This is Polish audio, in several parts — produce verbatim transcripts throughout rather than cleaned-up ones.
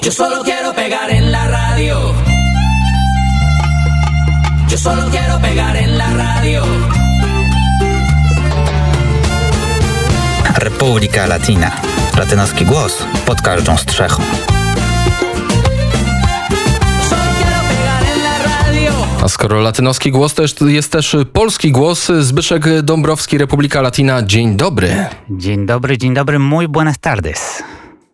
Yo solo quiero pegar en la radio. Yo solo quiero pegar en la radio. Republika Latina. Latynoski głos pod każdą strzechą. A skoro latynoski głos, to jest też polski głos. Zbyszek Dąbrowski, Republika Latina. Dzień dobry. Dzień dobry, dzień dobry. Muy buenas tardes.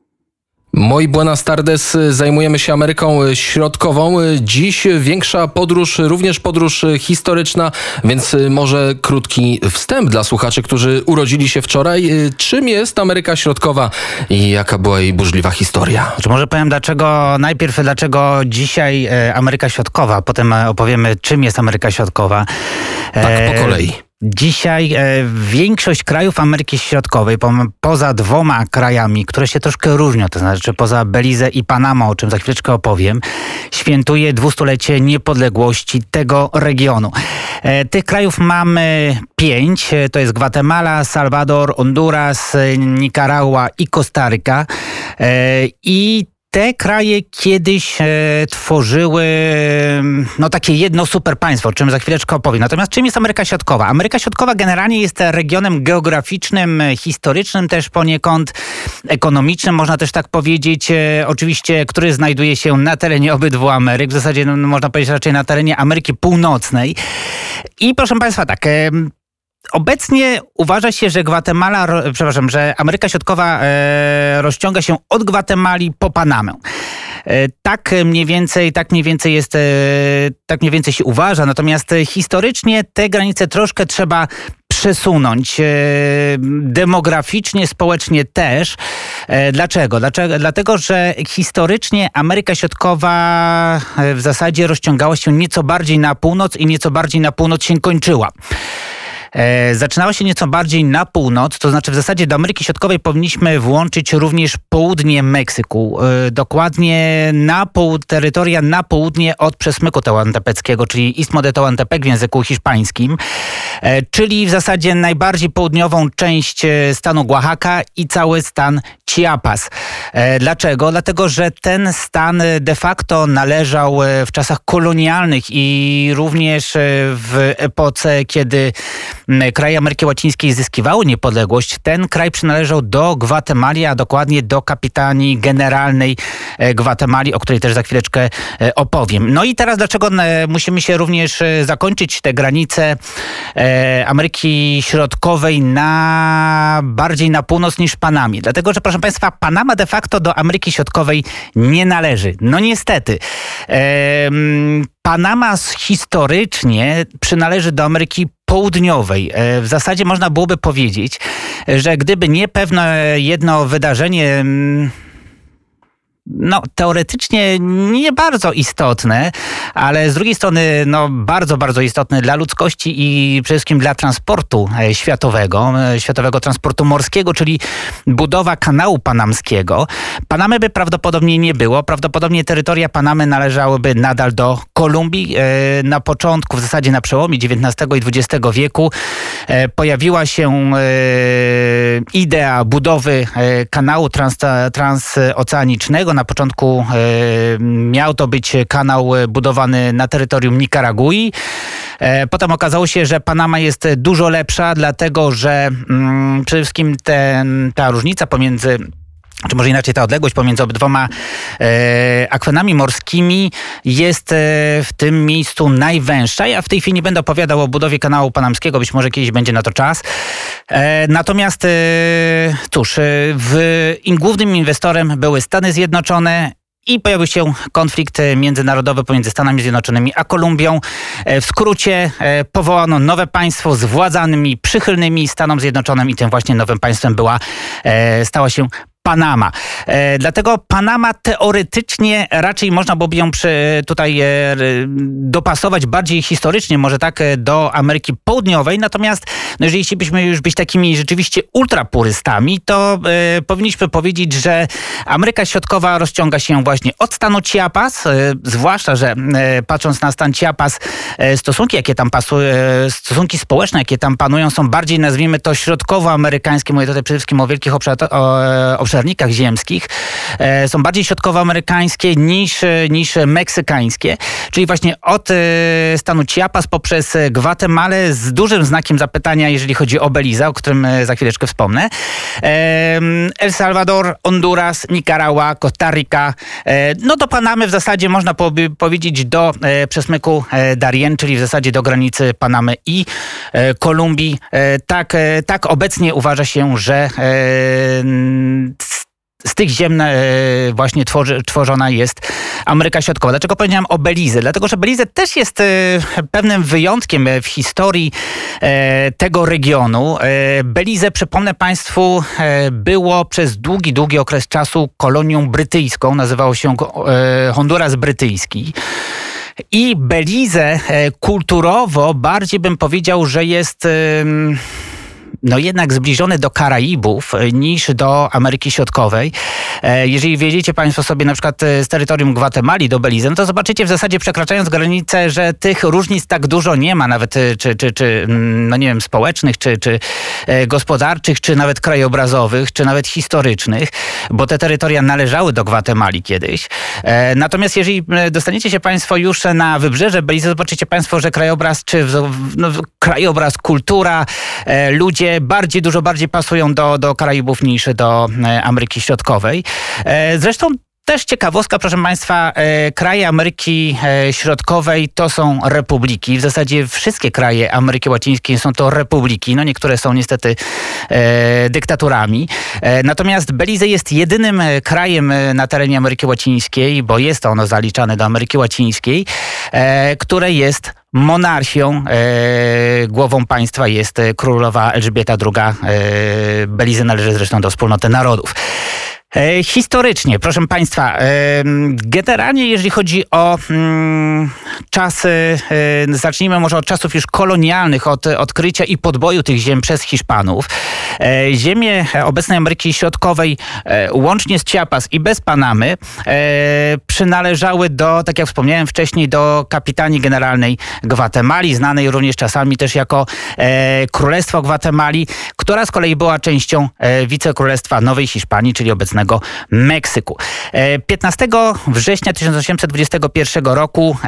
Moi buenas tardes, zajmujemy się Ameryką Środkową. Dziś większa podróż, również podróż historyczna, więc może krótki wstęp dla słuchaczy, którzy urodzili się wczoraj. Czym jest Ameryka Środkowa i jaka była jej burzliwa historia? Znaczy, może powiem dlaczego, najpierw dlaczego dzisiaj Ameryka Środkowa, potem opowiemy czym jest Ameryka Środkowa. Tak, po kolei. Dzisiaj e, większość krajów Ameryki Środkowej, po, poza dwoma krajami, które się troszkę różnią, to znaczy poza Belize i Panamą, o czym za chwileczkę opowiem, świętuje dwustulecie niepodległości tego regionu. E, tych krajów mamy pięć, e, to jest Gwatemala, Salwador, Honduras, Nikaragua i Kostaryka. E, I Te kraje kiedyś e, tworzyły no, takie jedno super państwo, o czym za chwileczkę opowiem. Natomiast czym jest Ameryka Środkowa? Ameryka Środkowa generalnie jest regionem geograficznym, historycznym też poniekąd, ekonomicznym, można też tak powiedzieć, e, oczywiście, który znajduje się na terenie obydwu Ameryk, w zasadzie no, można powiedzieć raczej na terenie Ameryki Północnej. I proszę Państwa, tak... E, Obecnie uważa się, że Gwatemala, przepraszam, że Ameryka Środkowa e, rozciąga się od Gwatemali po Panamę. E, tak mniej więcej, tak mniej więcej jest, e, tak mniej więcej się uważa, natomiast historycznie te granice troszkę trzeba przesunąć. E, demograficznie, społecznie też. E, dlaczego? dlaczego? Dlatego, że historycznie Ameryka Środkowa w zasadzie rozciągała się nieco bardziej na północ i nieco bardziej na północ się kończyła. E, zaczynała się nieco bardziej na północ, to znaczy w zasadzie do Ameryki Środkowej powinniśmy włączyć również południe Meksyku. E, dokładnie na pół, terytoria na południe od przesmyku tehuantepeckiego, czyli Istmo de Tehuantepec w języku hiszpańskim, e, czyli w zasadzie najbardziej południową część stanu Oaxaca i cały stan Chiapas. E, dlaczego? Dlatego, że ten stan de facto należał w czasach kolonialnych i również w epoce, kiedy kraje Ameryki Łacińskiej zyskiwały niepodległość, ten kraj przynależał do Gwatemali, a dokładnie do kapitanii generalnej Gwatemali, o której też za chwileczkę opowiem. No i teraz dlaczego musimy się również zakończyć te granice Ameryki Środkowej na bardziej na północ niż Panamie? Dlatego, że proszę Państwa, Panama de facto do Ameryki Środkowej nie należy. No niestety. Panama historycznie przynależy do Ameryki Południowej. W zasadzie można byłoby powiedzieć, że gdyby nie pewne jedno wydarzenie, no teoretycznie nie bardzo istotne, ale z drugiej strony no bardzo, bardzo istotne dla ludzkości i przede wszystkim dla transportu światowego, światowego transportu morskiego, czyli budowa kanału panamskiego. Panamy by prawdopodobnie nie było. Prawdopodobnie terytoria Panamy należałyby nadal do Kolumbii. Na początku, w zasadzie na przełomie dziewiętnastego i dwudziestego wieku pojawiła się idea budowy kanału trans, transoceanicznego. Na początku e, miał to być kanał budowany na terytorium Nikaragui. E, potem okazało się, że Panama jest dużo lepsza, dlatego że mm, przede wszystkim ten, ta różnica pomiędzy czy może inaczej ta odległość pomiędzy obydwoma e, akwenami morskimi jest e, w tym miejscu najwęższa. Ja w tej chwili nie będę opowiadał o budowie kanału panamskiego, być może kiedyś będzie na to czas. E, natomiast e, cóż, e, w, im głównym inwestorem były Stany Zjednoczone i pojawił się konflikt międzynarodowy pomiędzy Stanami Zjednoczonymi a Kolumbią. W skrócie powołano nowe państwo z władzami przychylnymi Stanom Zjednoczonym i tym właśnie nowym państwem była, stała się Panama. E, dlatego Panama teoretycznie raczej można byłoby ją przy, tutaj e, dopasować bardziej historycznie, może tak, do Ameryki Południowej. Natomiast no, jeżeli chcielibyśmy już być takimi rzeczywiście ultrapurystami, to e, powinniśmy powiedzieć, że Ameryka Środkowa rozciąga się właśnie od stanu Chiapas, e, zwłaszcza, że e, patrząc na stan Chiapas, e, stosunki, jakie tam pasują, e, stosunki społeczne, jakie tam panują, są bardziej, nazwijmy to, środkowoamerykańskie. Mówię tutaj przede wszystkim o wielkich obszarach, o, obszarach obszarnikach ziemskich e, są bardziej środkowoamerykańskie niż, niż meksykańskie, czyli właśnie od e, stanu Chiapas poprzez Gwatemalę z dużym znakiem zapytania, jeżeli chodzi o Belizę, o którym za chwileczkę wspomnę. E, El Salvador, Honduras, Nicaragua, Costa Rica, e, no do Panamy w zasadzie można po, powiedzieć do e, przesmyku e, Darien, czyli w zasadzie do granicy Panamy i e, Kolumbii. E, tak, e, tak obecnie uważa się, że e, z tych ziem e, właśnie tworzy, tworzona jest Ameryka Środkowa. Dlaczego powiedziałem o Belize? Dlatego, że Belize też jest e, pewnym wyjątkiem w historii e, tego regionu. E, Belize, przypomnę Państwu, e, było przez długi, długi okres czasu kolonią brytyjską. Nazywało się e, Honduras brytyjski. I Belize e, kulturowo bardziej bym powiedział, że jest e, no jednak zbliżony do Karaibów niż do Ameryki Środkowej. Jeżeli wjedziecie Państwo sobie na przykład z terytorium Gwatemali do Belize, no to zobaczycie w zasadzie przekraczając granicę, że tych różnic tak dużo nie ma, nawet czy, czy, czy no nie wiem, społecznych, czy, czy gospodarczych, czy nawet krajobrazowych, czy nawet historycznych, bo te terytoria należały do Gwatemali kiedyś. Natomiast jeżeli dostaniecie się Państwo już na wybrzeże Belize, zobaczycie Państwo, że krajobraz, czy no, krajobraz, kultura, ludzie bardziej, dużo bardziej pasują do, do Karaibów niż do Ameryki Środkowej. Zresztą też ciekawostka, proszę Państwa, e, kraje Ameryki e, Środkowej to są republiki. W zasadzie wszystkie kraje Ameryki Łacińskiej są to republiki. No niektóre są niestety e, dyktaturami. E, natomiast Belize jest jedynym krajem na terenie Ameryki Łacińskiej, bo jest ono zaliczane do Ameryki Łacińskiej, e, które jest monarchią. E, głową państwa jest królowa Elżbieta druga. E, Belize należy zresztą do wspólnoty narodów. E, historycznie, proszę Państwa, e, generalnie jeżeli chodzi o mm, czasy, e, zacznijmy może od czasów już kolonialnych, od odkrycia i podboju tych ziem przez Hiszpanów. E, ziemie obecnej Ameryki Środkowej, e, łącznie z Chiapas i bez Panamy, e, przynależały do, tak jak wspomniałem wcześniej, do kapitanii generalnej Gwatemali, znanej również czasami też jako e, Królestwo Gwatemali, która z kolei była częścią e, wicekrólestwa Nowej Hiszpanii, czyli obecnego Meksyku. piętnastego września tysiąc osiemset dwudziestego pierwszego roku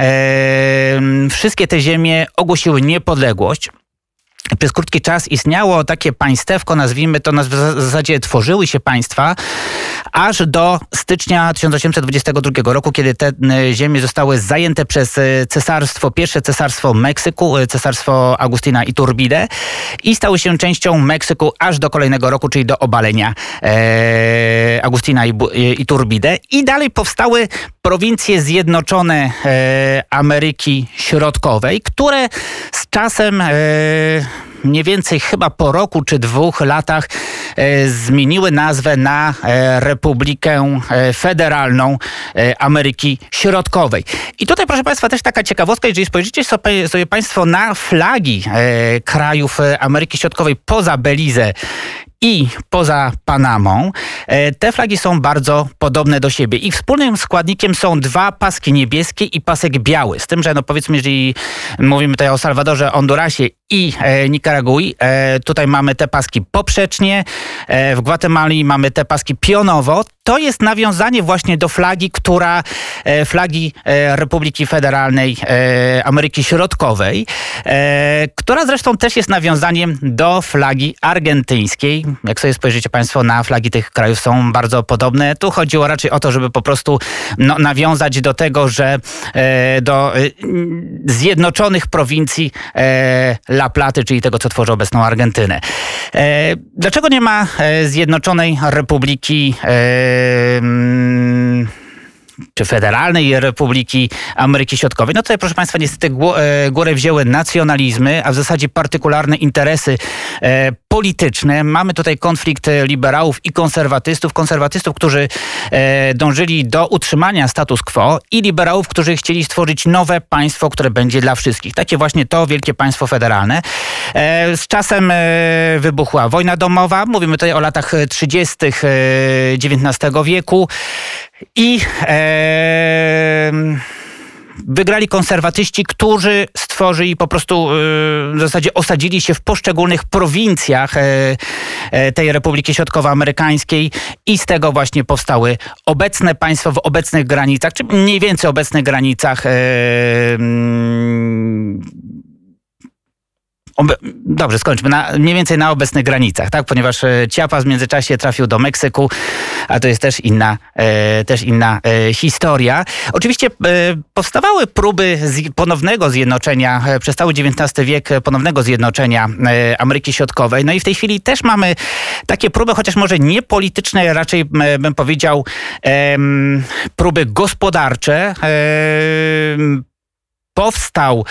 e, wszystkie te ziemie ogłosiły niepodległość. Przez krótki czas istniało takie państewko, nazwijmy to, w zasadzie tworzyły się państwa, aż do stycznia tysiąc osiemset dwudziestego drugiego roku, kiedy te ziemie zostały zajęte przez cesarstwo, pierwsze cesarstwo Meksyku, cesarstwo Agustina Iturbide i stały się częścią Meksyku aż do kolejnego roku, czyli do obalenia e, Agustina Iturbide. I dalej powstały prowincje zjednoczone e, Ameryki Środkowej, które z czasem e, mniej więcej chyba po roku czy dwóch latach e, zmieniły nazwę na e, Republikę e, Federalną e, Ameryki Środkowej. I tutaj, proszę Państwa, też taka ciekawostka, jeżeli spojrzycie sobie, sobie Państwo na flagi e, krajów Ameryki Środkowej poza Belize i poza Panamą, te flagi są bardzo podobne do siebie. Ich wspólnym składnikiem są dwa paski niebieskie i pasek biały. Z tym, że no powiedzmy, jeżeli mówimy tutaj o Salwadorze, Hondurasie i e, Nikaragui, e, tutaj mamy te paski poprzecznie, e, w Gwatemali mamy te paski pionowo. To jest nawiązanie właśnie do flagi, która e, flagi e, Republiki Federalnej e, Ameryki Środkowej, e, która zresztą też jest nawiązaniem do flagi argentyńskiej. Jak sobie spojrzycie Państwo na flagi tych krajów, są bardzo podobne. Tu chodziło raczej o to, żeby po prostu no, nawiązać do tego, że e, do e, zjednoczonych prowincji e, La Platy, czyli tego, co tworzy obecną Argentynę. E, dlaczego nie ma e, Zjednoczonej Republiki e, czy Federalnej Republiki Ameryki Środkowej? No tutaj, proszę Państwa, niestety górę wzięły nacjonalizmy, a w zasadzie partykularne interesy e, polityczne. Mamy tutaj konflikt liberałów i konserwatystów. Konserwatystów, którzy e, dążyli do utrzymania status quo i liberałów, którzy chcieli stworzyć nowe państwo, które będzie dla wszystkich. Takie właśnie to wielkie państwo federalne. E, z czasem e, wybuchła wojna domowa. Mówimy tutaj o latach trzydziestych dziewiętnastego wieku. I e, wygrali konserwatyści, którzy stworzyli po prostu w zasadzie osadzili się w poszczególnych prowincjach tej Republiki Środkowoamerykańskiej i z tego właśnie powstały obecne państwo w obecnych granicach, czy mniej więcej obecnych granicach Dobrze, skończmy. Na, mniej więcej na obecnych granicach, tak? Ponieważ Chiapas w międzyczasie trafił do Meksyku, a to jest też inna, e, też inna e, historia. Oczywiście e, powstawały próby z, ponownego zjednoczenia, e, przez cały dziewiętnasty wiek ponownego zjednoczenia e, Ameryki Środkowej. No i w tej chwili też mamy takie próby, chociaż może nie polityczne, raczej e, bym powiedział e, próby gospodarcze. E, powstał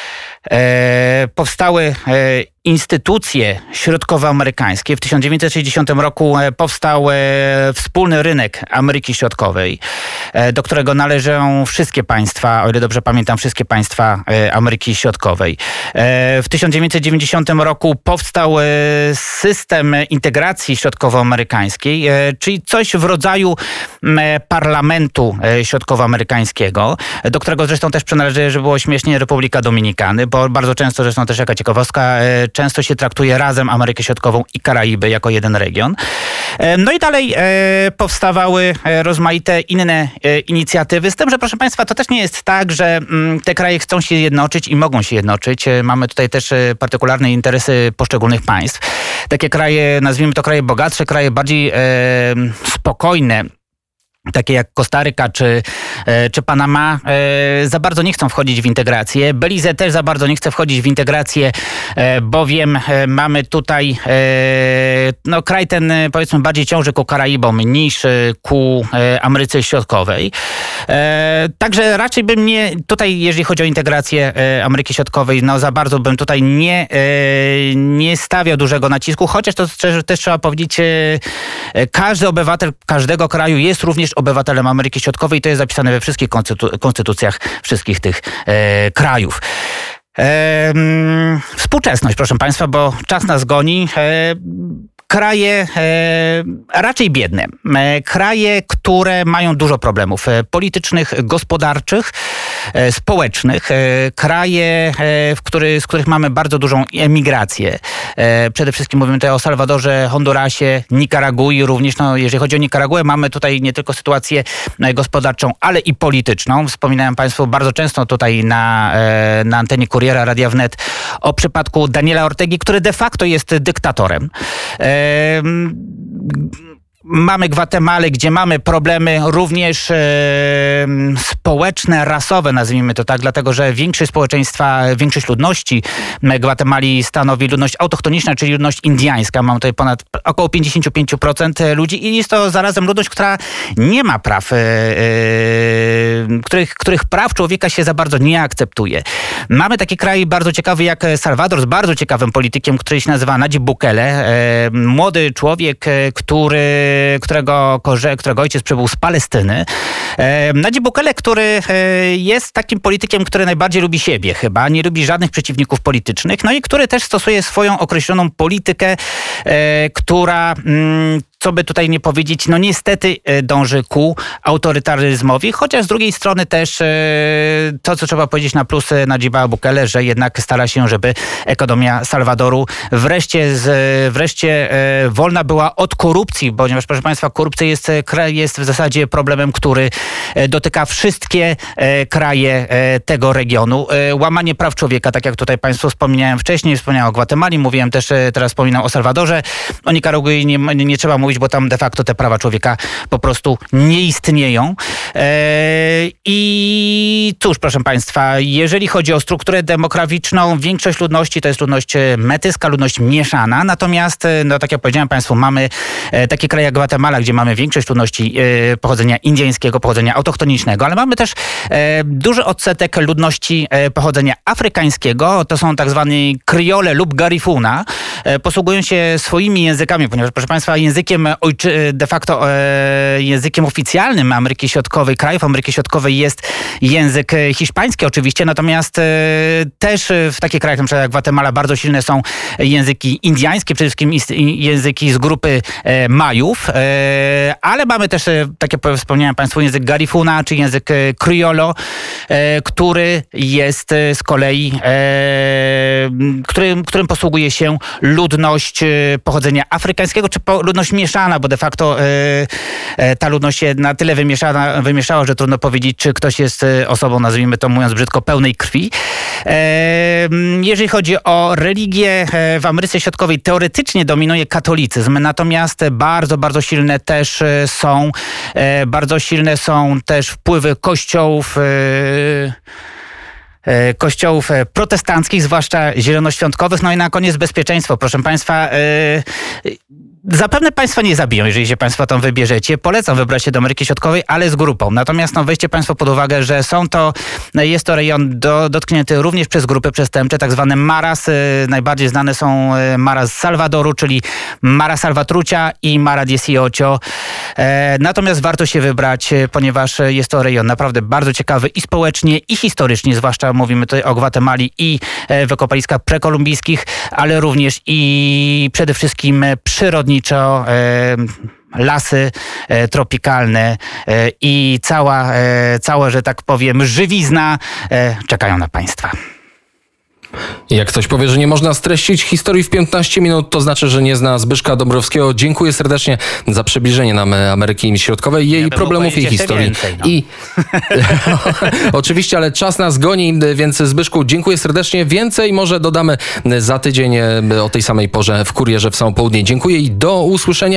E, powstały e, instytucje środkowoamerykańskie. W tysiąc dziewięćset sześćdziesiątym roku e, powstał e, wspólny rynek Ameryki Środkowej, e, do którego należą wszystkie państwa, o ile dobrze pamiętam, wszystkie państwa e, Ameryki Środkowej. E, w tysiąc dziewięćset dziewięćdziesiątym roku powstał e, system integracji środkowoamerykańskiej, e, czyli coś w rodzaju e, parlamentu e, środkowoamerykańskiego, do którego zresztą też przynależy, żeby było śmiesznie, Republika Dominikany, bo bardzo często, zresztą też jaka ciekawostka, e, często się traktuje razem Amerykę Środkową i Karaiby jako jeden region. No i dalej powstawały rozmaite inne inicjatywy. Z tym, że proszę Państwa, to też nie jest tak, że te kraje chcą się jednoczyć i mogą się jednoczyć. Mamy tutaj też partykularne interesy poszczególnych państw. Takie kraje, nazwijmy to kraje bogatsze, kraje bardziej spokojne, takie jak Kostaryka czy, czy Panama, za bardzo nie chcą wchodzić w integrację. Belize też za bardzo nie chce wchodzić w integrację, bowiem mamy tutaj no, kraj ten, powiedzmy, bardziej ciąży ku Karaibom niż ku Ameryce Środkowej. Także raczej bym nie, tutaj jeżeli chodzi o integrację Ameryki Środkowej, no za bardzo bym tutaj nie, nie stawiał dużego nacisku, chociaż to też, też trzeba powiedzieć, każdy obywatel każdego kraju jest również obywatelem Ameryki Środkowej i to jest zapisane we wszystkich konstytu- konstytucjach wszystkich tych e, krajów. E, współczesność, proszę Państwa, bo czas nas goni. E, Kraje e, raczej biedne, e, kraje, które mają dużo problemów e, politycznych, gospodarczych, e, społecznych, e, kraje, e, w który, z których mamy bardzo dużą emigrację. E, przede wszystkim mówimy tutaj o Salwadorze, Hondurasie, Nikaragui również. No, jeżeli chodzi o Nikaraguę, mamy tutaj nie tylko sytuację gospodarczą, ale i polityczną. Wspominałem Państwu bardzo często tutaj na, e, na antenie Kuriera Radia Wnet o przypadku Daniela Ortegi, który de facto jest dyktatorem. E, Mamy Gwatemalę, gdzie mamy problemy również e, społeczne, rasowe, nazwijmy to tak, dlatego że większość społeczeństwa, większość ludności Gwatemali stanowi ludność autochtoniczna, czyli ludność indyjska. Mamy tutaj ponad około pięćdziesiąt pięć procent ludzi i jest to zarazem ludność, która nie ma praw, e, e, których, których praw człowieka się za bardzo nie akceptuje. Mamy taki kraj bardzo ciekawy jak Salwador, z bardzo ciekawym politykiem, który się nazywa Nayib Bukele. E, młody człowiek, który Którego, którego ojciec przybył z Palestyny. Nayib Bukele, który jest takim politykiem, który najbardziej lubi siebie chyba, nie lubi żadnych przeciwników politycznych, no i który też stosuje swoją określoną politykę, która, co by tutaj nie powiedzieć, no niestety dąży ku autorytaryzmowi, chociaż z drugiej strony też to, co trzeba powiedzieć na plus Nayiba Bukele, że jednak stara się, żeby ekonomia Salwadoru wreszcie, z, wreszcie wolna była od korupcji, ponieważ, proszę Państwa, korupcja jest, jest w zasadzie problemem, który dotyka wszystkie kraje tego regionu. Łamanie praw człowieka, tak jak tutaj Państwu wspomniałem wcześniej, wspomniałem o Gwatemali, mówiłem też, teraz wspominam o Salwadorze, o Nikaragui nie, nie trzeba mówić, bo tam de facto te prawa człowieka po prostu nie istnieją. I cóż, proszę Państwa, jeżeli chodzi o strukturę demograficzną, większość ludności to jest ludność metyska, ludność mieszana, natomiast, no tak jak powiedziałem Państwu, mamy takie kraje jak Gwatemala, gdzie mamy większość ludności pochodzenia indyjskiego, pochodzenia autochtonicznego, ale mamy też duży odsetek ludności pochodzenia afrykańskiego, to są tak zwani kriole lub garifuna, posługują się swoimi językami, ponieważ, proszę Państwa, językiem ojczy, de facto językiem oficjalnym Ameryki Środkowej, krajów Ameryki Środkowej jest język język hiszpański oczywiście, natomiast też w takich krajach na przykład jak Gwatemala bardzo silne są języki indyjskie, przede wszystkim języki z grupy Majów, ale mamy też, tak jak wspomniałem Państwu, język Garifuna, czy język Criollo, który jest z kolei, którym, którym posługuje się ludność pochodzenia afrykańskiego, czy ludność mieszana, bo de facto ta ludność się na tyle wymieszana, wymieszała, że trudno powiedzieć, czy ktoś jest osobą, nazwijmy to mówiąc brzydko, pełnej krwi. Jeżeli chodzi o religię w Ameryce Środkowej, teoretycznie dominuje katolicyzm, natomiast bardzo, bardzo silne też są, bardzo silne są też wpływy kościołów, kościołów protestanckich, zwłaszcza zielonoświątkowych. No i na koniec bezpieczeństwo, proszę Państwa. Zapewne Państwa nie zabiją, jeżeli się Państwo tam wybierzecie. Polecam wybrać się do Ameryki Środkowej, ale z grupą. Natomiast no, weźcie Państwo pod uwagę, że są to, jest to rejon do, dotknięty również przez grupy przestępcze, tak zwane Maras. Najbardziej znane są Maras z Salwadoru, czyli Mara Salvatrucha i Mara dieciocho. Natomiast warto się wybrać, ponieważ jest to rejon naprawdę bardzo ciekawy i społecznie, i historycznie, zwłaszcza mówimy tutaj o Gwatemali i wykopaliskach prekolumbijskich, ale również i przede wszystkim przyrodniczo, lasy tropikalne i cała, cała, że tak powiem, żywizna czekają na Państwa. Jak ktoś powie, że nie można streścić historii w piętnaście minut, to znaczy, że nie zna Zbyszka Dąbrowskiego. Dziękuję serdecznie za przybliżenie nam Ameryki Środkowej, jej ja problemów i historii. Więcej, no. I oczywiście, ale czas nas goni, więc Zbyszku, dziękuję serdecznie. Więcej może dodamy za tydzień o tej samej porze w Kurierze w samo południe. Dziękuję i do usłyszenia.